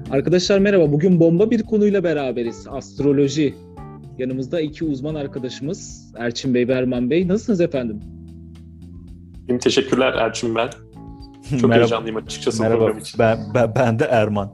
Arkadaşlar merhaba. Bugün bomba bir konuyla beraberiz. Astroloji. Yanımızda iki uzman arkadaşımız Erçin Bey ve Erman Bey. Nasılsınız efendim? Teşekkürler Erçin ben. Çok Merhaba, heyecanlıyım açıkçası merhaba. program için. Ben de Erman.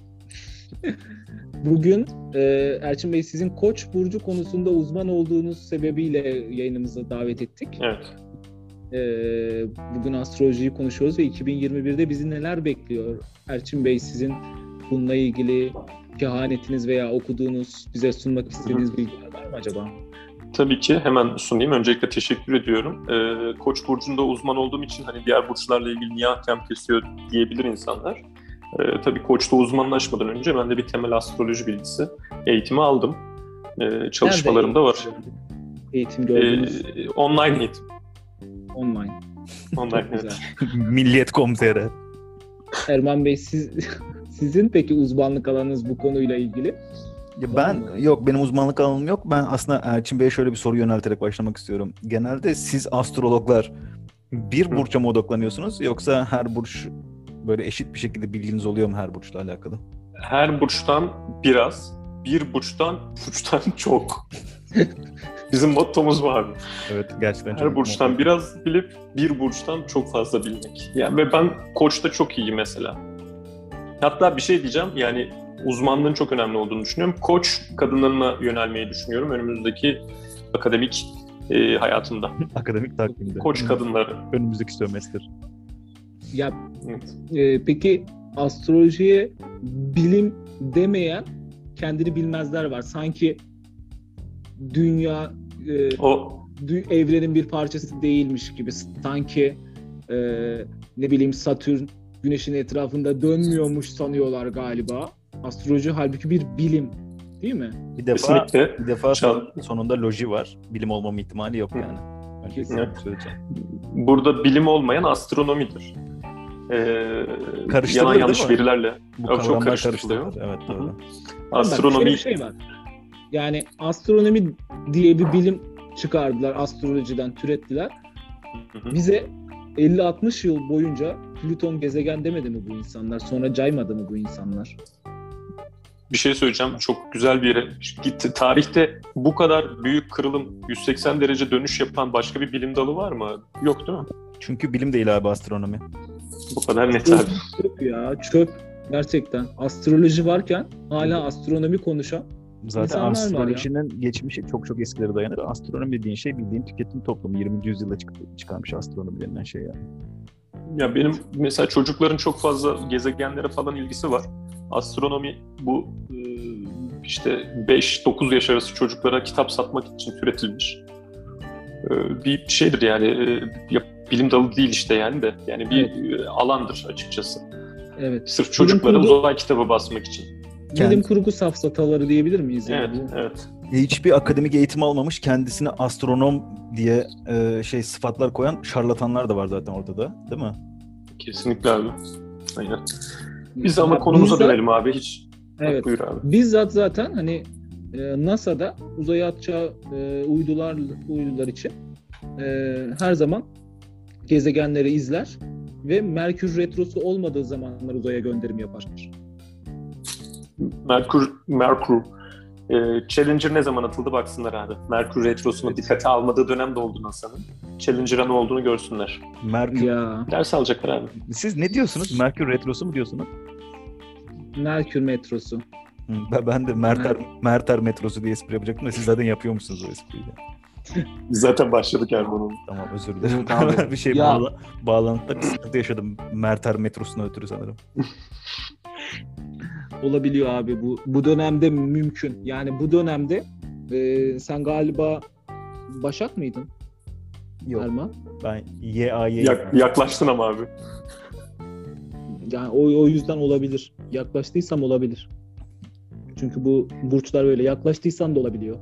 Bugün Erçin Bey sizin Koç burcu konusunda uzman olduğunuz sebebiyle yayınımıza davet ettik. Evet. Bugün astrolojiyi konuşuyoruz ve 2021'de bizi neler bekliyor? Erçin Bey sizin bununla ilgili kehanetiniz veya okuduğunuz, bize sunmak istediğiniz bilgiler var mı acaba? Tabii ki hemen sunayım. Öncelikle teşekkür ediyorum. Koç burcunda uzman olduğum için hani diğer burçlarla ilgili niye hakem kesiyor diyebilir insanlar. Tabii Koç'ta uzmanlaşmadan önce ben de bir temel astroloji bilgisi eğitimi aldım. Çalışmalarım da var. Eğitim gördünüz? Online eğitim. Online. Online Çok güzel. Milliyet.com.tr. Erman Bey sizin peki uzmanlık alanınız bu konuyla ilgili? Benim uzmanlık alanım yok. Ben aslında Erçin Bey'e şöyle bir soru yönelterek başlamak istiyorum. Genelde siz astrologlar bir burça mı odaklanıyorsunuz yoksa her burç böyle eşit bir şekilde bilginiz oluyor mu her burçla alakalı? Her burçtan biraz, bir burçtan çok. Bizim mottomuz var. Evet, gerçekten Her burçtan biraz bilip bir burçtan çok fazla bilmek. Yani ve ben Koç'ta çok iyi mesela. Hatta bir şey diyeceğim, yani uzmanlığın çok önemli olduğunu düşünüyorum. Koç kadınlarına yönelmeyi düşünüyorum önümüzdeki akademik hayatımda. Akademik takvimde. Koç kadınları. Önümüzdeki sömestr. Ya Evet. peki astrolojiye bilim demeyen kendini bilmezler var. Sanki dünya evrenin bir parçası değilmiş gibi. Sanki ne bileyim Satürn Güneş'in etrafında dönmüyormuş sanıyorlar galiba. Astroloji halbuki bir bilim, değil mi? Bir defa Kesinlikle. sonunda loji var. Bilim olmama ihtimali yok yani. Kesinlikle. Burada bilim olmayan astronomidir. Yalan yanlış verilerle. Çok karıştırılıyor. Evet, doğru. Astronomi. Bir şey var. Yani astronomi diye bir bilim çıkardılar, astrolojiden türettiler. Bize 50-60 yıl boyunca Plüton gezegen demedi mi bu insanlar? Sonra caymadı mı bu insanlar? Bir şey söyleyeceğim. Çok güzel bir yere gitti. Tarihte bu kadar büyük kırılım, 180 derece dönüş yapan başka bir bilim dalı var mı? Yok değil mi? Çünkü bilim değil abi astronomi. Bu kadar net abi. Çöp ya, çöp. Gerçekten. Astroloji varken hala astronomi konuşan zaten astrolojinin geçmişi çok eskilere dayanır. Astronomi dediğin şey bildiğin tüketim toplumu. 20. yüzyılda çıkarmış astronomi denilen şey yani. Ya benim mesela çocukların çok fazla gezegenlere falan ilgisi var. Astronomi bu işte 5-9 yaş arası çocuklara kitap satmak için türetilmiş bir şeydir yani. Bilim dalı değil işte yani de. Yani bir alandır açıkçası. Evet. Sırf çocuklara uzay kitabı basmak için. Bilim kurgu safsataları diyebilir miyiz? Yani? Evet. Hiçbir akademik eğitim almamış, kendisine astronom diye sıfatlar koyan şarlatanlar da var zaten ortada, değil mi? Kesinlikle abi. Aynen. Biz ama konumuza dönelim abi. Evet. Buyur abi. Bizzat zaten hani NASA'da uzaya atacağı uydular için her zaman gezegenleri izler ve Merkür retrosu olmadığı zamanlar uzaya gönderim yapar. Merkür Challenger ne zaman atıldı baksınlar abi. Merkür retrosunu dikkate almadığı dönem de oldu NASA'nın. Challenger'a ne olduğunu görsünler. Ders alacaklar abi. Siz ne diyorsunuz? Merkür retrosu mu diyorsunuz? Merkür metrosu. Ben de Merter metrosu diye espri yapacaktım da siz zaten yapıyormuşsunuz o espriyi. Zaten başladık yani bunu. Tamam, özür dilerim. Evet, bir şey bağlantıda bir sıkıntı yaşadım. Merter metrosuna ötürü sanırım. Olabiliyor abi, bu dönemde mümkün. Yani bu dönemde sen galiba Başak mıydın? Yok. Erman? Ben YAY. Yaklaştın ama abi. Yani o yüzden olabilir. Yaklaştıysam olabilir. Çünkü bu burçlar öyle. Yaklaştıysan da olabiliyor.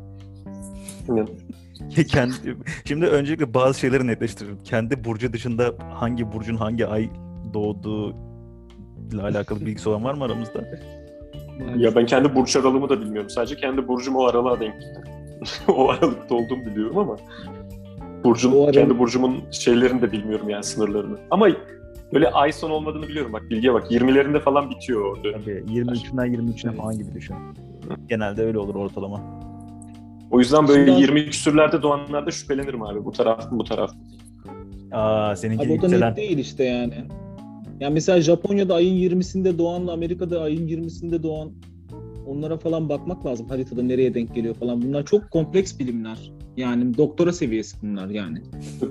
Şimdi öncelikle bazı şeyleri netleştirelim. Kendi burcu dışında hangi burcun hangi ay doğduğu ile alakalı bilgisi olan var mı aramızda? Ya ben kendi burç aralığımı da bilmiyorum. Sadece kendi burcum o aralığa denk geldi. O aralıkta olduğumu biliyorum ama kendi burcumun şeylerini de bilmiyorum yani, sınırlarını. Ama Böyle ay sonu olmadığını biliyorum bak, bilgiye bak. 20'lerinde falan bitiyor o dönem. Tabii 23'üne falan gibi düşün. Genelde öyle olur ortalama. O yüzden böyle Şimdi 20 küsürlerde doğanlarda şüphelenirim abi. Bu taraf mı bu taraf mı? Seninki Abi o da yükselen. net değil işte yani. Yani mesela Japonya'da ayın 20'sinde doğanla Amerika'da ayın 20'sinde doğan, onlara falan bakmak lazım. Haritada nereye denk geliyor falan. Bunlar çok kompleks bilimler. Yani doktora seviyesi bunlar yani.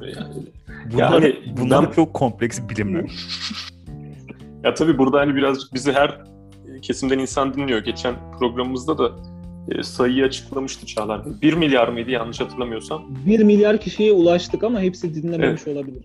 Bunlar çok kompleks bilimler. Ya tabii burada hani birazcık bizi her kesimden insan dinliyor. Geçen programımızda da sayıyı açıklamıştı Çağlar Bey. 1 milyar mıydı yanlış hatırlamıyorsam? 1 milyar kişiye ulaştık ama hepsi dinlememiş olabilir.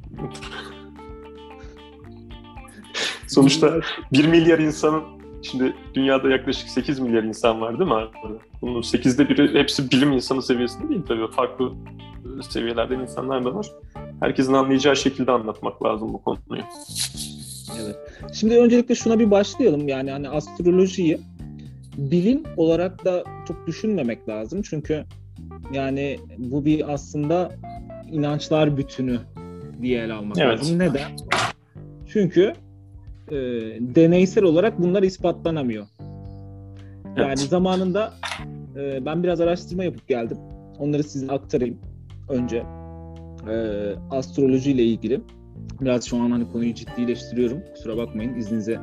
Sonuçta 1 milyar insanın, şimdi dünyada yaklaşık 8 milyar insan var değil mi abi? Bunun 8'de biri hepsi bilim insanı seviyesinde değil tabii. Farklı seviyelerden insanlar da var. Herkesin anlayacağı şekilde anlatmak lazım bu konuyu. Evet. Şimdi öncelikle şuna bir başlayalım. Yani hani astrolojiyi bilim olarak da çok düşünmemek lazım. Çünkü yani bu bir aslında inançlar bütünü diye ele almak lazım. Neden? Çünkü deneysel olarak bunlar ispatlanamıyor. Yani zamanında ben biraz araştırma yapıp geldim. Onları size aktarayım önce. Astroloji ile ilgili. Biraz şu an hani konuyu ciddileştiriyorum. Kusura bakmayın, izninize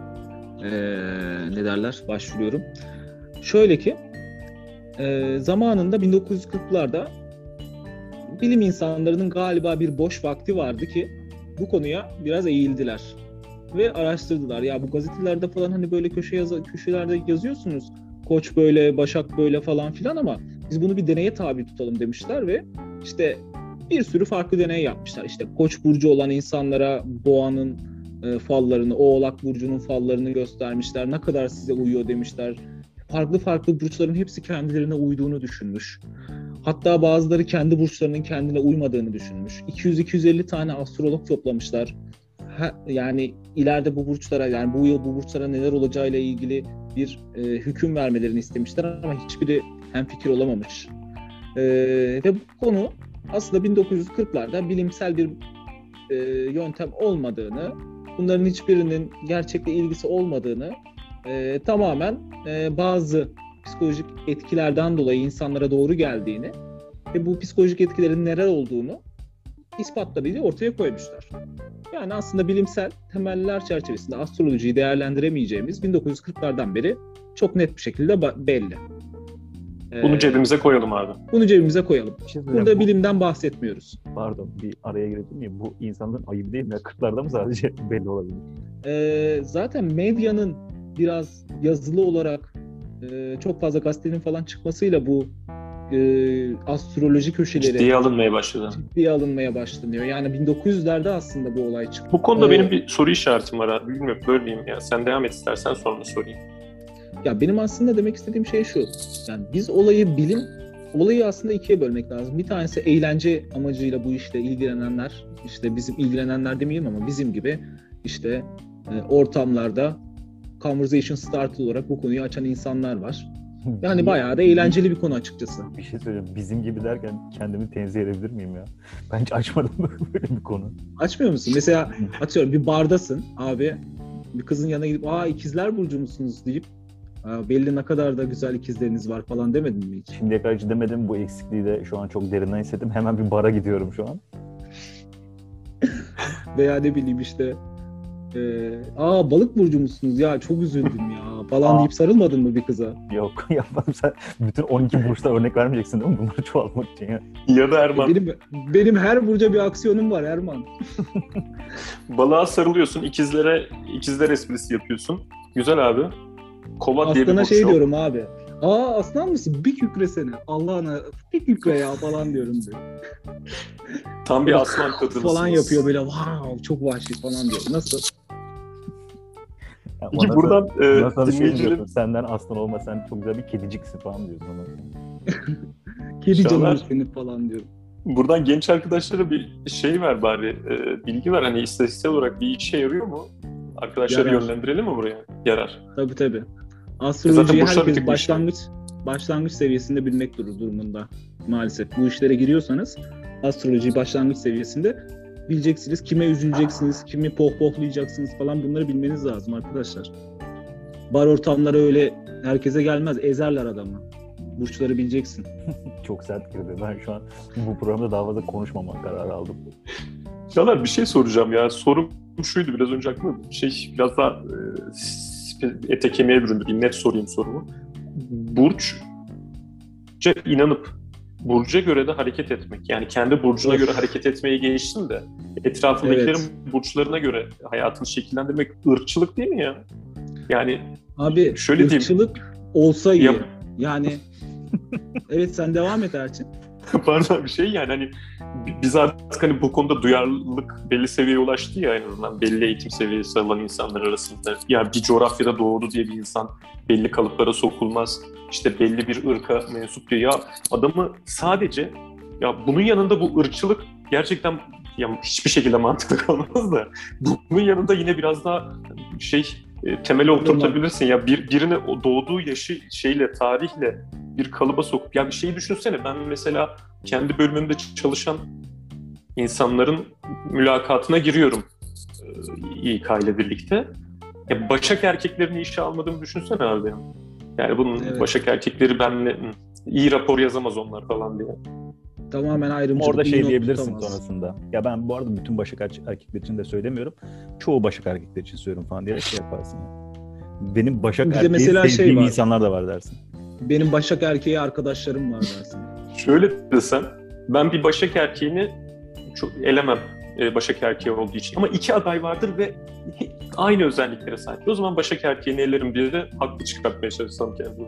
başvuruyorum. Şöyle ki zamanında 1940'larda bilim insanlarının galiba bir boş vakti vardı ki bu konuya biraz eğildiler ve araştırdılar. Ya bu gazetelerde falan hani böyle köşelerde yazıyorsunuz. Koç böyle, Başak böyle falan filan ama biz bunu bir deneye tabi tutalım demişler ve işte bir sürü farklı deney yapmışlar. İşte Koç burcu olan insanlara Boğa'nın fallarını, Oğlak burcunun fallarını göstermişler. Ne kadar size uyuyor demişler. Farklı burçların hepsi kendilerine uyduğunu düşünmüş. Hatta bazıları kendi burçlarının kendine uymadığını düşünmüş. 200-250 tane astrolog toplamışlar. Yani ileride bu burçlara, yani bu yıl bu burçlara neler olacağıyla ilgili bir hüküm vermelerini istemişler ama hiçbiri hemfikir olamamış. Ve bu konu aslında 1940'larda bilimsel bir yöntem olmadığını, bunların hiçbirinin gerçekle ilgisi olmadığını, tamamen bazı psikolojik etkilerden dolayı insanlara doğru geldiğini ve bu psikolojik etkilerin neler olduğunu ispatlarıyla ortaya koymuşlar. Yani aslında bilimsel temeller çerçevesinde astrolojiyi değerlendiremeyeceğimiz 1940'lardan beri çok net bir şekilde belli. Bunu cebimize koyalım abi. Bunu cebimize koyalım. Burada bilimden bahsetmiyoruz. Pardon, bir araya girebilir miyim? Bu insanların ayıbı değil mi? 40'larda mı sadece belli olabilir? Zaten medyanın biraz yazılı olarak çok fazla gazetenin falan çıkmasıyla bu astroloji köşeleri ciddiye alınmaya başlanıyor. Yani 1900'lerde aslında bu olay çıktı. Bu konuda benim bir soru işaretim var abi. Bilmiyorum, bölmeyeyim ya. Sen devam et istersen, sonra sorayım. Ya benim aslında demek istediğim şey şu. Yani biz olayı aslında ikiye bölmek lazım. Bir tanesi eğlence amacıyla bu işle ilgilenenler, işte bizim ilgilenenler demeyeyim ama bizim gibi işte ortamlarda conversation starter olarak bu konuyu açan insanlar var. Yani bayağı da eğlenceli bir konu açıkçası. Bir şey söyleyeyim. Bizim gibi derken kendimi tenzih edebilir miyim ya? Ben hiç açmadım böyle bir konu. Açmıyor musun? Mesela atıyorum bir bardasın abi. Bir kızın yanına gidip ikizler burcu musunuz deyip belli ne kadar da güzel ikizleriniz var falan demedin mi hiç? Şimdiye kadar hiç demedim. Bu eksikliği de şu an çok derinden hissettim. Hemen bir bara gidiyorum şu an. Veya ne bileyim işte balık burcu musunuz ya çok üzüldüm ya falan deyip sarılmadın mı bir kıza? Yok yapmadım. Sen bütün 12 burçta örnek vermeyeceksin değil mi? Bunları çoğaltmak için ya. Ya da Erman. Benim her burca bir aksiyonum var Erman. Balığa sarılıyorsun, ikizler esprisi yapıyorsun. Güzel abi. Kova diye bir burç şey diyorum abi. Aslan mısın? Bir kükrесene. Allah'ına bir kükre ya falan diyorum diyor. Tam bir aslan kadınısınız. Falan yapıyor böyle çok vahşi falan diyor. Nasıl? Peki buradan dinleyicilerim... Senden aslan olma, sen çok güzel bir kediciksin falan diyorsun. Kedi canım senin falan diyorum. Buradan genç arkadaşlara bir şey ver bari, bilgi ver. Hani istatistiksel olarak bir işe yarıyor mu? Arkadaşları yönlendirelim mi buraya? Yarar. Tabii. Astrolojiyi herkes başlangıç seviyesinde bilmek durumunda maalesef. Bu işlere giriyorsanız astrolojiyi başlangıç seviyesinde bileceksiniz. Kime üzüleceksiniz, kimi pohpohlayacaksınız falan, bunları bilmeniz lazım arkadaşlar. Bar ortamları öyle herkese gelmez. Ezerler adamı. Burçları bileceksin. Çok sert girdi. Ben şu an bu programda daha fazla konuşmama kararı aldım. Caner, bir şey soracağım ya. Sorum şuydu, biraz önce aklıma biraz daha ete kemiğe büründüreyim. Net sorayım sorumu. Burç'a inanıp burca göre de hareket etmek. Yani kendi burcuna göre hareket etmeye geçsin de etrafındakilerin burçlarına göre hayatını şekillendirmek ırkçılık değil mi ya? Yani abi şöyle ırkçılık diyeyim. olsa iyi. Yani evet, sen devam et Erçin. Pardon, bir şey yani hani biz artık hani bu konuda duyarlılık belli seviyeye ulaştı ya, en azından belli eğitim seviyesi alan insanlar arasında. Ya bir coğrafyada doğdu diye bir insan belli kalıplara sokulmaz. İşte belli bir ırka mensup diyor. Ya adamı sadece, ya bunun yanında bu ırkçılık gerçekten ya hiçbir şekilde mantıklı kalmaz da bunun yanında yine biraz daha temele oturtabilirsin. Ya birine o doğduğu yaşı tarihle bir kalıba sokup, ya bir şeyi düşünsene, ben mesela kendi bölümümde çalışan insanların mülakatına giriyorum İK ile birlikte. Ya Başak erkeklerini işe almadığımı düşünsene abi benim. Yani bunun evet. Başak erkekleri benimle iyi rapor yazamaz onlar falan diye. Tamamen ayrımcılık. Orada diyebilirsin sonrasında. Ya ben bu arada bütün Başak erkekler için de söylemiyorum. Çoğu Başak erkekler için söylüyorum falan diye yaparsın. Benim Başak erkeği sevdiğim insanlar da var dersin. Benim Başak erkeği arkadaşlarım var dersin. Şöyle desem, ben bir Başak erkeğini çok elemem Başak erkeği olduğu için. Ama 2 aday vardır ve aynı özelliklere sahip. O zaman Başak erkeğini elerim diye de haklı çıkartmaya çalışsam kendimi.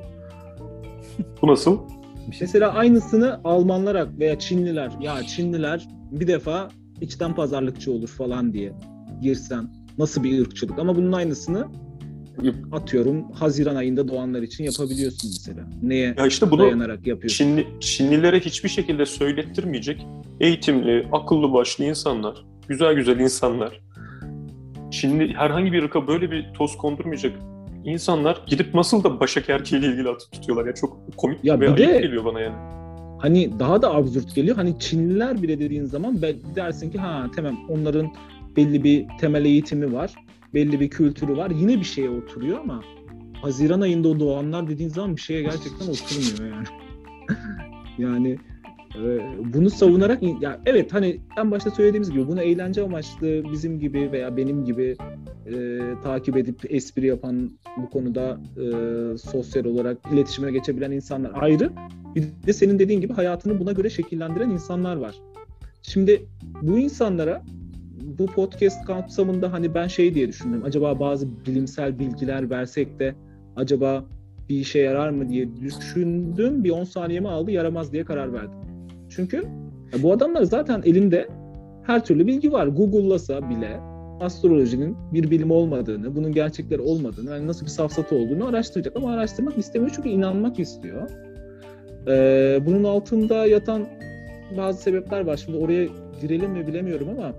Bu nasıl? Mesela aynısını Almanlar veya Çinliler. Ya Çinliler bir defa içten pazarlıkçı olur falan diye girsen. Nasıl bir ırkçılık? Ama bunun aynısını atıyorum Haziran ayında doğanlar için yapabiliyorsun mesela. Neye ya işte bunu dayanarak yapıyorsun? Çinlilere hiçbir şekilde söylettirmeyecek eğitimli, akıllı başlı insanlar, güzel insanlar. Çinli herhangi bir ırka böyle bir toz kondurmayacak insanlar gidip nasıl da Başak erkeğiyle ilgili atıp tutuyorlar ya, çok komik ve ayıp geliyor bana yani. Hani daha da absürt geliyor. Hani Çinliler bile dediğin zaman dersin ki tamam, onların belli bir temel eğitimi var. Belli bir kültürü var. Yine bir şeye oturuyor ama Haziran ayında o doğanlar dediğin zaman bir şeye gerçekten oturmuyor yani. Yani bunu savunarak evet, hani en başta söylediğimiz gibi bunu eğlence amaçlı bizim gibi veya benim gibi takip edip espri yapan, bu konuda sosyal olarak iletişime geçebilen insanlar ayrı. Bir de senin dediğin gibi hayatını buna göre şekillendiren insanlar var. Şimdi bu insanlara bu podcast kapsamında hani ben diye düşündüm. Acaba bazı bilimsel bilgiler versek de acaba bir işe yarar mı diye düşündüm. Bir 10 saniyemi aldı, yaramaz diye karar verdim. Çünkü bu adamlar zaten elinde her türlü bilgi var. Google'lasa bile astrolojinin bir bilim olmadığını, bunun gerçekler olmadığını, yani nasıl bir safsata olduğunu araştıracak. Ama araştırmak istemiyor çünkü inanmak istiyor. Bunun altında yatan bazı sebepler var. Şimdi oraya girelim mi bilemiyorum ama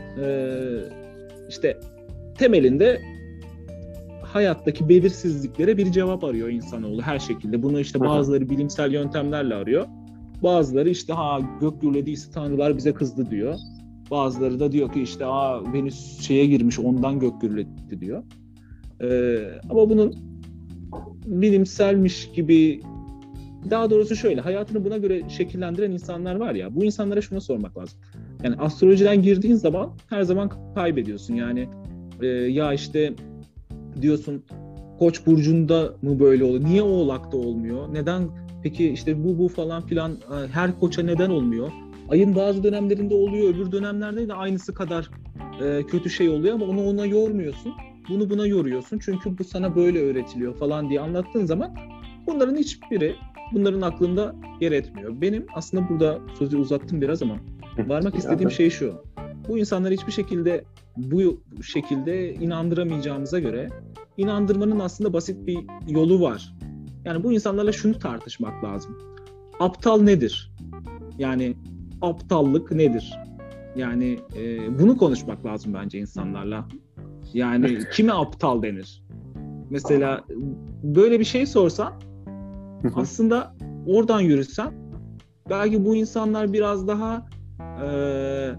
işte temelinde hayattaki belirsizliklere bir cevap arıyor insanoğlu her şekilde. Bunu işte bazıları bilimsel yöntemlerle arıyor. Bazıları işte gök gürlediyse tanrılar bize kızdı diyor. Bazıları da diyor ki işte Venüs girmiş ondan gök gürletti diyor. Ama bunun bilimselmiş gibi, daha doğrusu şöyle, hayatını buna göre şekillendiren insanlar var ya, bu insanlara şunu sormak lazım. Yani astrolojiden girdiğin zaman her zaman kaybediyorsun. Yani ya işte diyorsun Koç burcunda mı böyle oluyor? Niye Oğlak'ta olmuyor? Neden peki işte bu falan filan her koça neden olmuyor? Ayın bazı dönemlerinde oluyor, öbür dönemlerde de aynısı kadar kötü oluyor ama onu ona yormuyorsun. Bunu buna yoruyorsun. Çünkü bu sana böyle öğretiliyor falan diye anlattığın zaman bunların hiçbiri bunların aklında yer etmiyor. Benim aslında burada sözü uzattım biraz ama varmak istediğim şey şu. Bu insanları hiçbir şekilde bu şekilde inandıramayacağımıza göre inandırmanın aslında basit bir yolu var. Yani bu insanlarla şunu tartışmak lazım. Aptal nedir? Yani aptallık nedir? Yani bunu konuşmak lazım bence insanlarla. Yani kime aptal denir? Mesela böyle bir şey sorsan aslında oradan yürüsen belki bu insanlar biraz daha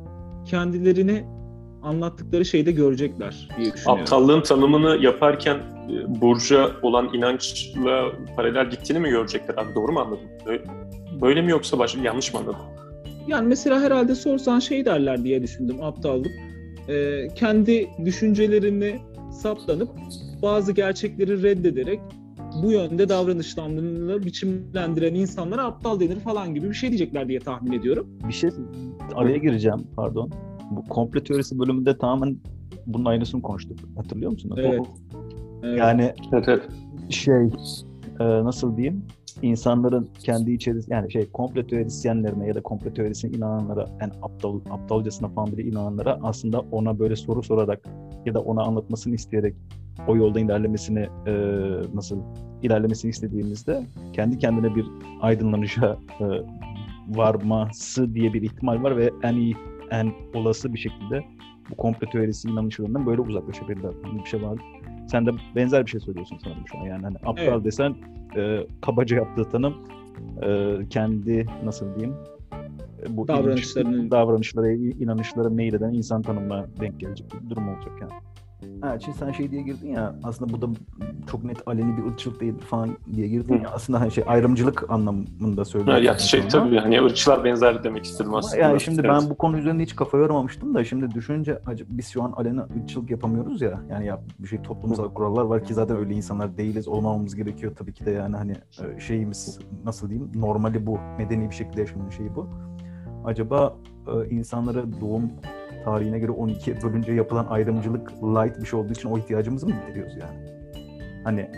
kendilerini anlattıkları şeyde görecekler diye düşünüyorum. Aptallığın tanımını yaparken burca olan inançla paralel gittiğini mi görecekler abi? Doğru mu anladım? Böyle mi yoksa yanlış mı anladım? Yani mesela herhalde sorsan şey derler diye düşündüm, aptallık. Kendi düşüncelerini saplanıp bazı gerçekleri reddederek bu yönde davranışlarını biçimlendiren insanlara aptal denir falan gibi bir şey diyecekler diye tahmin ediyorum. Bir şey araya gireceğim, pardon. Bu komplo teorisi bölümünde tamamen bunun aynısını konuştuk. Hatırlıyor musun? Evet. Yani Evet. Nasıl diyeyim? İnsanların kendi içerisinde yani komplo teorisyenlerine ya da komplo teorisine inananlara, yani aptalcasına falan bile inananlara aslında ona böyle soru sorarak ya da ona anlatmasını isteyerek o yolda ilerlemesini istediğimizde kendi kendine bir aydınlanışa varması diye bir ihtimal var ve en olası bir şekilde bu komplo teorisi inanışlarından böyle uzaklaşabilirler. Bir şey var. Sen de benzer bir şey söylüyorsun sanırım şu an. Yani hani aptal Evet. desen kabaca yaptığı tanım kendi nasıl diyeyim bu davranışlara, inanışlara meyleden insan tanımına denk gelecek bir durum olacak yani. Şimdi sen şey diye girdin ya, aslında bu da çok net aleni bir ırkçılık değil falan diye girdin ya, aslında ayrımcılık anlamında söylüyorum. Ya tabii hani ırkçılar benzer demek istedim aslında. Yani şimdi evet. Ben bu konu üzerinde hiç kafa yormamıştım da şimdi düşününce biz şu an aleni ırkçılık yapamıyoruz ya, yani bir şey toplumsal kurallar var ki zaten öyle insanlar değiliz, olmamamız gerekiyor tabii ki de, yani hani şeyimiz nasıl diyeyim, normali bu, medeni bir şekilde yaşamanın şeyi bu. Acaba insanlara doğum tarihine göre 12 bölünce yapılan ayrımcılık light bir şey olduğu için o ihtiyacımızı mı gideriyoruz yani? Hani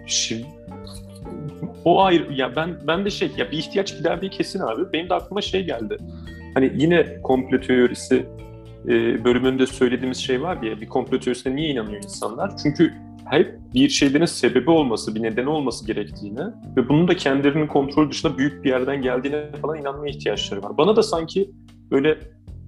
o ayrı ya, ben de bir ihtiyaç giderdiği kesin abi. Benim de aklıma geldi. Hani yine komplo teorisi bölümünde söylediğimiz şey var ya, bir komplo teorisine niye inanıyor insanlar? Çünkü hep bir şeylerin sebebi olması, bir nedeni olması gerektiğine ve bunun da kendilerinin kontrol dışında büyük bir yerden geldiğine falan inanmaya ihtiyaçları var. Bana da sanki böyle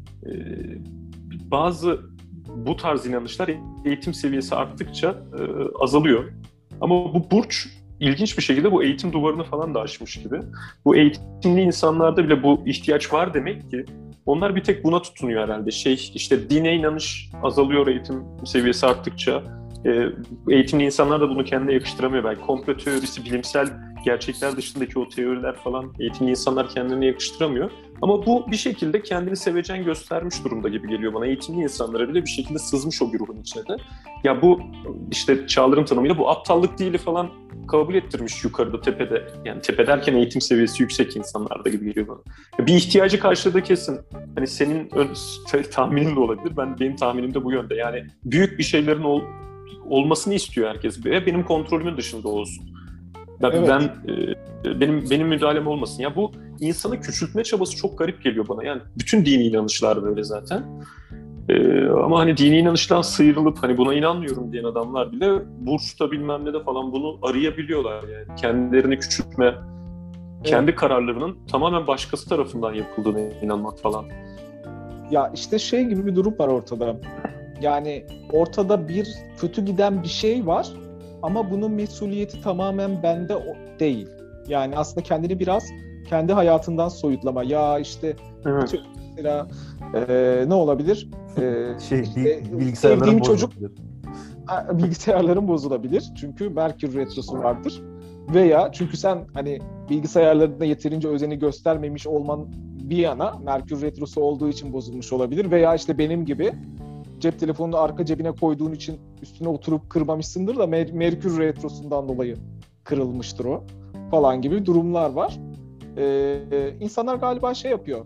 bazı bu tarz inanışlar eğitim seviyesi arttıkça azalıyor. Ama bu burç ilginç bir şekilde bu eğitim duvarını falan da aşmış gibi. Bu eğitimli insanlarda bile bu ihtiyaç var demek ki. Onlar bir tek buna tutunuyor herhalde. Dine inanış azalıyor eğitim seviyesi arttıkça. Eğitimli insanlar da bunu kendine yakıştıramıyor belki. Komplo teorisi, bilimsel gerçekler dışındaki o teoriler falan eğitimli insanlar kendilerine yakıştıramıyor. Ama bu bir şekilde kendini sevecen göstermiş durumda gibi geliyor bana. Eğitimli insanlara bile bir şekilde sızmış o güruhun içine de. Ya bu Çağlar'ın tanımıyla bu aptallık değil falan kabul ettirmiş yukarıda, tepede. Yani tepe derken eğitim seviyesi yüksek insanlarda gibi geliyor bana. Ya bir ihtiyacı karşıladığı kesin. Hani senin tahminin de olabilir. Benim tahminim de bu yönde. Yani büyük bir şeylerin olmasını istiyor herkes. Ve benim kontrolümün dışında olsun. Evet. Benim müdahalem olmasın. Ya bu insanı küçültme çabası çok garip geliyor bana. Yani bütün dini inanışlar böyle zaten. Ama hani dini inanıştan sıyrılıp hani buna inanmıyorum diyen adamlar bile burçta bilmem ne de falan bunu arayabiliyorlar yani. Kendilerini küçültme, kendi kararlarının tamamen başkası tarafından yapıldığına inanmak falan. Ya gibi bir durum var ortada. Yani ortada bir kötü giden bir şey var ama bunun mesuliyeti tamamen bende değil. Yani aslında kendini biraz kendi hayatından soyutlama. Ya evet. Mesela ne olabilir? Bilgisayarların çocuk bilgisayarların bozulabilir. Çünkü Merkür Retrosu vardır. Veya çünkü sen hani bilgisayarlarına yeterince özeni göstermemiş olman bir yana Merkür Retrosu olduğu için bozulmuş olabilir. Veya benim gibi cep telefonunu arka cebine koyduğun için üstüne oturup kırmamışsındır da Merkür Retrosu'ndan dolayı kırılmıştır o falan gibi durumlar var. İnsanlar galiba yapıyor.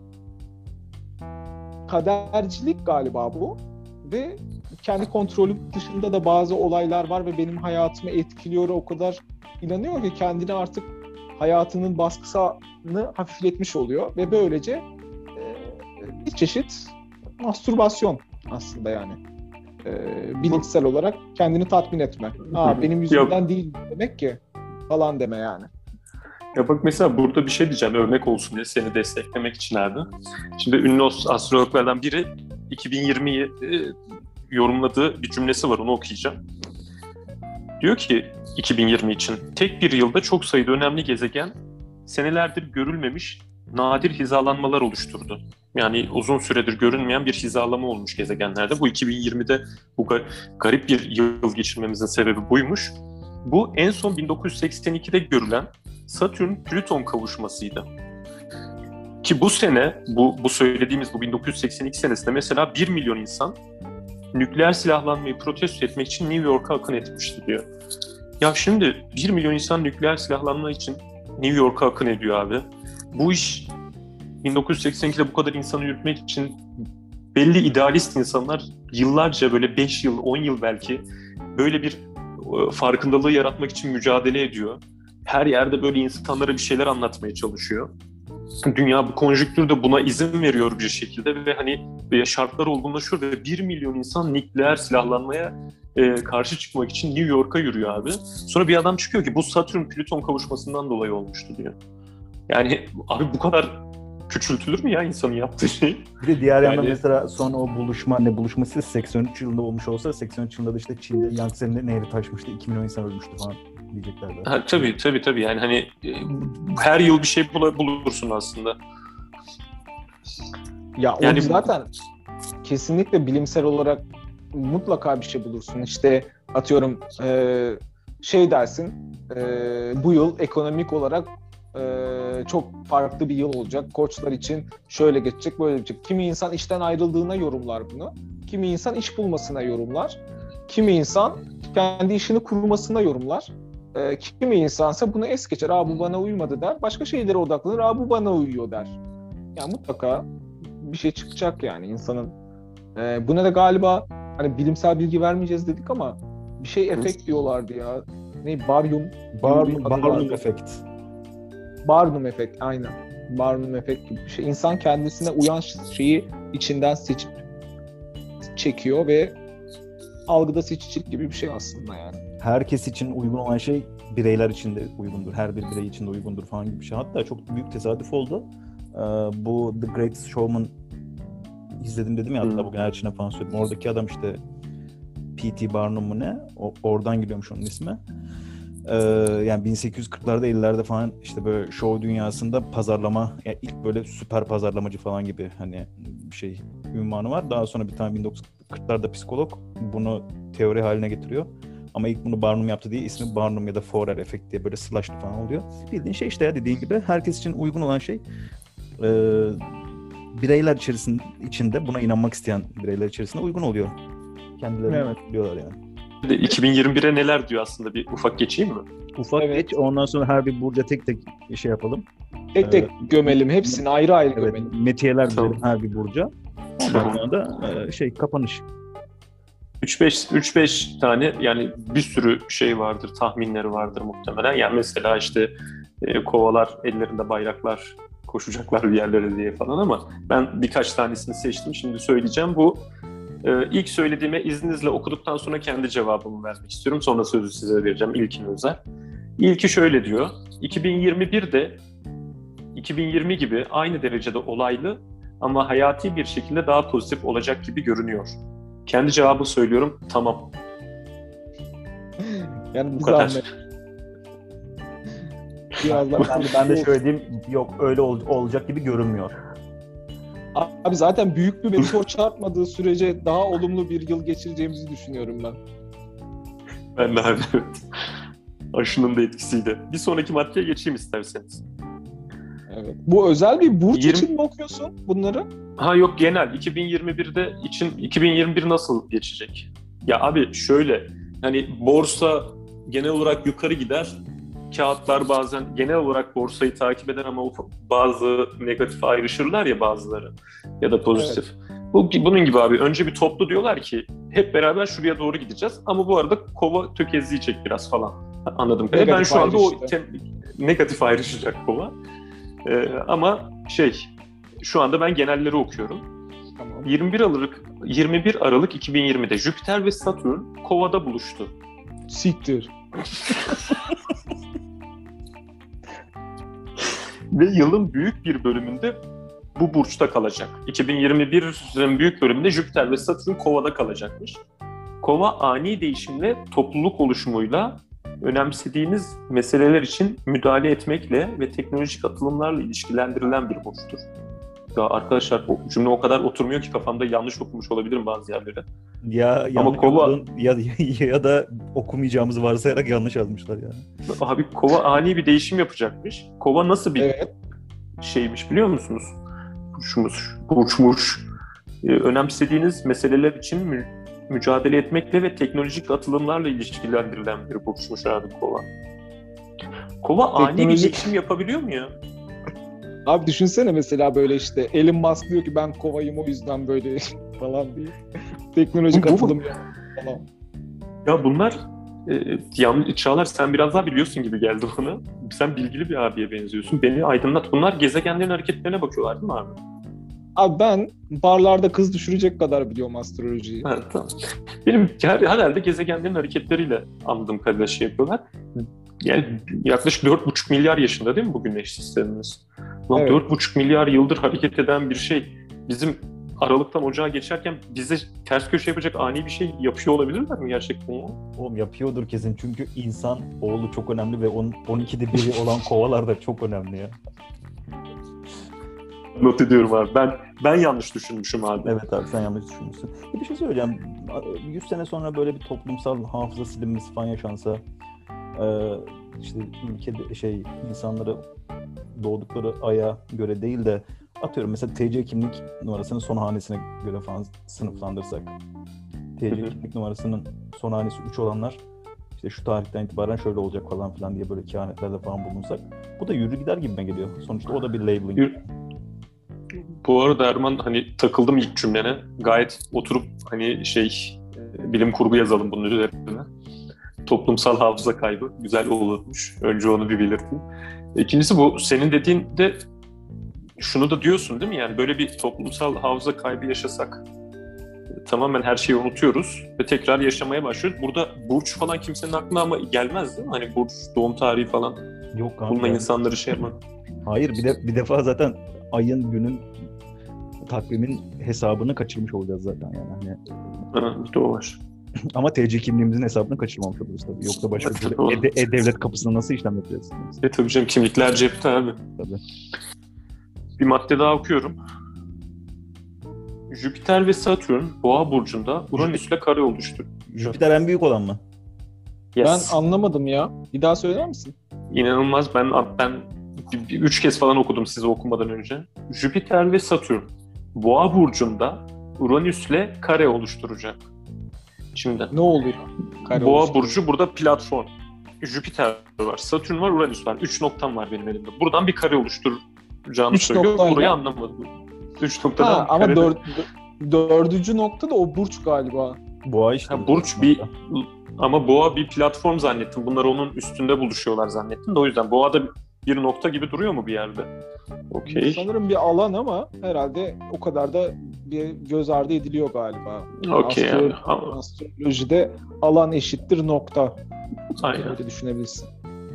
Kadercilik galiba bu ve kendi kontrolüm dışında da bazı olaylar var ve benim hayatımı etkiliyor, o kadar inanıyor ki kendini artık hayatının baskısını hafifletmiş oluyor ve böylece bir çeşit mastürbasyon aslında yani. Bilinçsel olarak kendini tatmin etme. Benim yüzümden değil demek ki falan deme yani. Ya bak mesela burada bir şey diyeceğim, örnek olsun diye seni desteklemek için abi. Şimdi ünlü astrologlardan biri 2020'yi yorumladığı bir cümlesi var, onu okuyacağım. Diyor ki 2020 için tek bir yılda çok sayıda önemli gezegen, senelerdir görülmemiş nadir hizalanmalar oluşturdu. Yani uzun süredir görünmeyen bir hizalama olmuş gezegenlerde. Bu 2020'de bu garip bir yıl geçirmemizin sebebi buymuş. Bu en son 1982'de görülen Satürn-Plüton kavuşmasıydı. Ki bu sene, bu söylediğimiz bu 1982 senesinde mesela 1 milyon insan nükleer silahlanmayı protesto etmek için New York'a akın etmişti diyor. Ya şimdi 1 milyon insan nükleer silahlanma için New York'a akın ediyor abi. Bu iş 1982'de bu kadar insanı yürütmek için belli idealist insanlar yıllarca böyle 5 yıl, 10 yıl belki böyle bir farkındalığı yaratmak için mücadele ediyor. Her yerde böyle insanlara bir şeyler anlatmaya çalışıyor. Dünya bu konjüktürde buna izin veriyor bir şekilde ve hani şartlar olgunlaşıyor ve 1 milyon insan nükleer silahlanmaya karşı çıkmak için New York'a yürüyor abi. Sonra bir adam çıkıyor ki bu Satürn-Plüton kavuşmasından dolayı olmuştu diyor. Yani abi bu kadar küçültülür mü ya insanın yaptığı şey? Bir de diğer yandan mesela son o buluşması 83 yılında olmuş olsa 83 yılında da işte Çin'de Yangtze Nehri taşmıştı. 2 milyon insan ölmüştü falan diyeceklerdi. Ha, tabii yani hani her yıl bir şey bulursun aslında. Ya yani o zaten kesinlikle bilimsel olarak mutlaka bir şey bulursun. İşte atıyorum şey dersin bu yıl ekonomik olarak çok farklı bir yıl olacak. Koçlar için şöyle geçecek, böyle geçecek. Kimi insan işten ayrıldığına yorumlar bunu. Kimi insan iş bulmasına yorumlar. Kimi insan kendi işini kurmasına yorumlar. Kimi insansa bunu es geçer. Bu bana uymadı der. Başka şeylere odaklanır. Bu bana uyuyor der. Yani mutlaka bir şey çıkacak yani insanın. Buna da galiba hani bilimsel bilgi vermeyeceğiz dedik ama bir şey efekt diyorlardı ya. Ne? Barnum efekt. Barnum efekt, aynen. Barnum efekt gibi bir şey. İnsan kendisine uyan şeyi içinden seçip çekiyor ve algıda seçicilik gibi bir şey aslında yani. Herkes için uygun olan şey bireyler için de uygundur. Her bir birey için de uygundur falan gibi bir şey. Hatta çok büyük tesadüf oldu. Bu The Greatest Showman izledim dedim ya hatta bugün Erçin'e falan söyledim. Oradaki adam işte P.T. Barnum mu ne? Oradan geliyormuş onun ismi. Yani 1840'larda 50'lerde falan işte böyle show dünyasında pazarlama, yani ilk böyle süper pazarlamacı falan gibi hani bir şey ünvanı var. Daha sonra bir tane 1940'larda psikolog bunu teori haline getiriyor. Ama ilk bunu Barnum yaptı diye ismi Barnum ya da Forer efekt diye böyle slashlı falan oluyor. Bildiğin şey işte ya dediğin gibi herkes için uygun olan şey bireyler içinde buna inanmak isteyen bireyler içerisinde uygun oluyor. Kendileri biliyorlar yani. 2021'e neler diyor aslında bir ufak geçeyim mi? Ufak geç ondan sonra her bir burca tek tek şey yapalım. Tek tek gömelim hepsini ayrı ayrı gömelim. Metiyeler diyelim her bir burca. Ondan sonra da kapanış. 3-5 tane yani bir sürü şey vardır, tahminleri vardır muhtemelen. Yani mesela işte kovalar ellerinde bayraklar koşacaklar bir yerlere diye falan ama ben birkaç tanesini seçtim. Şimdi söyleyeceğim. Bu ilk söylediğime izninizle okuduktan sonra kendi cevabımı vermek istiyorum. Sonra sözü size vereceğim ilkini özel. İlki şöyle diyor. 2021'de 2020 gibi aynı derecede olaylı ama hayati bir şekilde daha pozitif olacak gibi görünüyor. Kendi cevabı söylüyorum. Tamam. Yani bu kadar. Ben de söylediğim yok öyle olacak gibi görünmüyor. Abi zaten büyük bir meteor çarpmadığı sürece daha olumlu bir yıl geçireceğimizi düşünüyorum ben. Ben de abi evet. Aşının da etkisiyle. Bir sonraki maddeye geçeyim isterseniz. Evet. Bu özel bir burç için mi okuyorsun bunları? Ha yok genel. 2021'de için 2021 nasıl geçecek? Ya abi şöyle hani borsa genel olarak yukarı gider. Kağıtlar bazen genel olarak borsayı takip eder ama bazı negatif ayrışırlar ya bazıları ya da pozitif. Evet. Bunun gibi abi önce bir toplu diyorlar ki hep beraber şuraya doğru gideceğiz ama bu arada kova tökezleyecek biraz falan. Anladım. Ben şu anda negatif ayrışacak kova. Ama şu anda ben genelleri okuyorum. Tamam. 21 Aralık 2020'de Jüpiter ve Satürn Kova'da buluştu. Siktir. Ve yılın büyük bir bölümünde bu burçta kalacak. 2021'in büyük bölümünde Jüpiter ve Satürn Kova'da kalacakmış. Kova ani değişimle topluluk oluşumuyla önemsediğiniz meseleler için müdahale etmekle ve teknolojik atılımlarla ilişkilendirilen bir burçtur. Ya arkadaşlar o cümle o kadar oturmuyor ki kafamda, yanlış okumuş olabilirim bazı yerleri. Ya Ama Kova ya da okumayacağımızı varsayarak yanlış yazmışlar yani. Abi Kova ani bir değişim yapacakmış. Kova nasıl bir Evet. şeymiş biliyor musunuz? Burçmuş. Önemsediğiniz meseleler için mücadele etmekle ve teknolojik atılımlarla ilişkilendirilen bir burçmuş abi Kova. Kova ani bir değişim yapabiliyor mu ya? Abi düşünsene mesela böyle işte Elon Musk diyor ki ben kovayım o yüzden böyle falan diye. Teknolojik atılım falan. Ya bunlar Çağlar sen biraz daha biliyorsun gibi geldi bana. Sen bilgili bir abiye benziyorsun. Beni aydınlat. Bunlar gezegenlerin hareketlerine bakıyorlar değil mi abi? Abi ben barlarda kız düşürecek kadar biliyorum astrolojiyi. Evet, tamam. Benim herhalde gezegenlerin hareketleriyle anladığım kadarıyla şey yapıyorlar. Yani yaklaşık 4,5 milyar yaşında değil mi bu güneş sistemimiz? Evet. 4,5 milyar yıldır hareket eden bir şey bizim Aralık'tan Ocağa geçerken bize ters köşe yapacak ani bir şey yapıyor olabilirler mi gerçekten ya? Oğlum yapıyordur kesin çünkü insan oğlu çok önemli ve 12'de biri olan kovalar da çok önemli ya. Not ediyorum abi. Ben yanlış düşünmüşüm abi. Evet abi sen yanlış düşünmüşsün. Bir şey söyleyeceğim. 100 sene sonra böyle bir toplumsal hafıza silinmesi falan yaşansa işte ülkede insanları doğdukları aya göre değil de atıyorum mesela TC kimlik numarasının son hanesine göre falan sınıflandırsak. TC kimlik numarasının son hanesi 3 olanlar işte şu tarihten itibaren şöyle olacak falan filan diye böyle kehanetlerde falan bulunsak. Bu da yürü gider gibime geliyor. Sonuçta o da bir labeling. Bu arada Erman hani takıldım ilk cümlene. Gayet oturup hani bilim kurgu yazalım bunun üzerine. Toplumsal hafıza kaybı. Güzel olurmuş. Önce onu bir belirteyim. İkincisi bu senin dediğinde şunu da diyorsun değil mi? Yani böyle bir toplumsal hafıza kaybı yaşasak tamamen her şeyi unutuyoruz ve tekrar yaşamaya başlıyoruz. Burada burç falan kimsenin aklına ama gelmez değil mi? Hani burç, doğum tarihi falan. Yok abi. Bununla insanları şey yapmak. Hayır bir defa zaten ayın, günün, takvimin hesabını kaçırmış olacağız zaten yani. İşte o var. Ama TC kimliğimizin hesabını kaçırmamış oluruz tabii. Yoksa başka bir devlet kapısına nasıl işlem yapacağız? Tabii canım kimlikler cepte abi. Tabii. Bir madde daha okuyorum. Jüpiter ve Satürn Boğa burcunda Uranüs'le kare oluştu. Jüpiter en büyük olan mı? Yes. Ben anlamadım ya. Bir daha söyler misin? İnanılmaz. Ben 3 kez falan okudum size okumadan önce. Jüpiter ve Satürn Boğa burcunda Uranüs'le kare oluşturacak. Şimdi Ne oluyor? Boğa burcu burada platform. Jüpiter var, Satürn var, Uranüs var. 3 noktam var benim elimde. Buradan bir kare oluşturacağını söylüyor. Burayı anlamadım. 3 noktadan ama karede... dördüncü nokta da o burç galiba. Boğa işte. Burç ama Boğa bir platform zannettim. Bunlar onun üstünde buluşuyorlar zannettim de o yüzden Boğa'da bir nokta gibi duruyor mu bir yerde? Okey. Sanırım bir alan ama herhalde o kadar da bir göz ardı ediliyor galiba. Okey yani. Astrolojide alan eşittir nokta. Aynen. Öyle düşünebilirsin.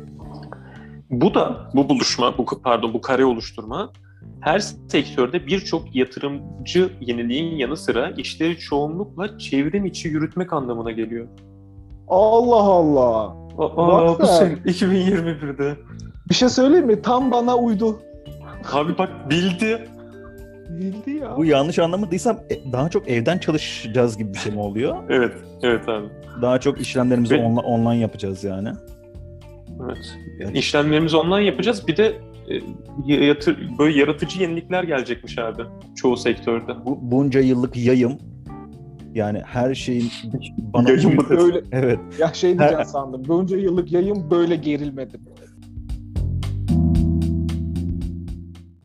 Bu buluşma, bu kare oluşturma her sektörde birçok yatırımcı yeniliğin yanı sıra işleri çoğunlukla çevrim içi yürütmek anlamına geliyor. Allah Allah. Bu sene 2021'de. Bir şey söyleyeyim mi? Tam bana uydu. Abi bak bildi. Bildi ya. Bu yanlış anlamadıysam daha çok evden çalışacağız gibi bir şey mi oluyor? Evet abi. Daha çok işlemlerimizi online yapacağız yani. Evet. Yani. İşlemlerimizi online yapacağız. Bir de böyle yaratıcı yenilikler gelecekmiş abi çoğu sektörde. Bunca yıllık yayım yani her şeyin bana böyle evet. Ya diyeceğim sandım. Bunca yıllık yayım böyle gerilmedim.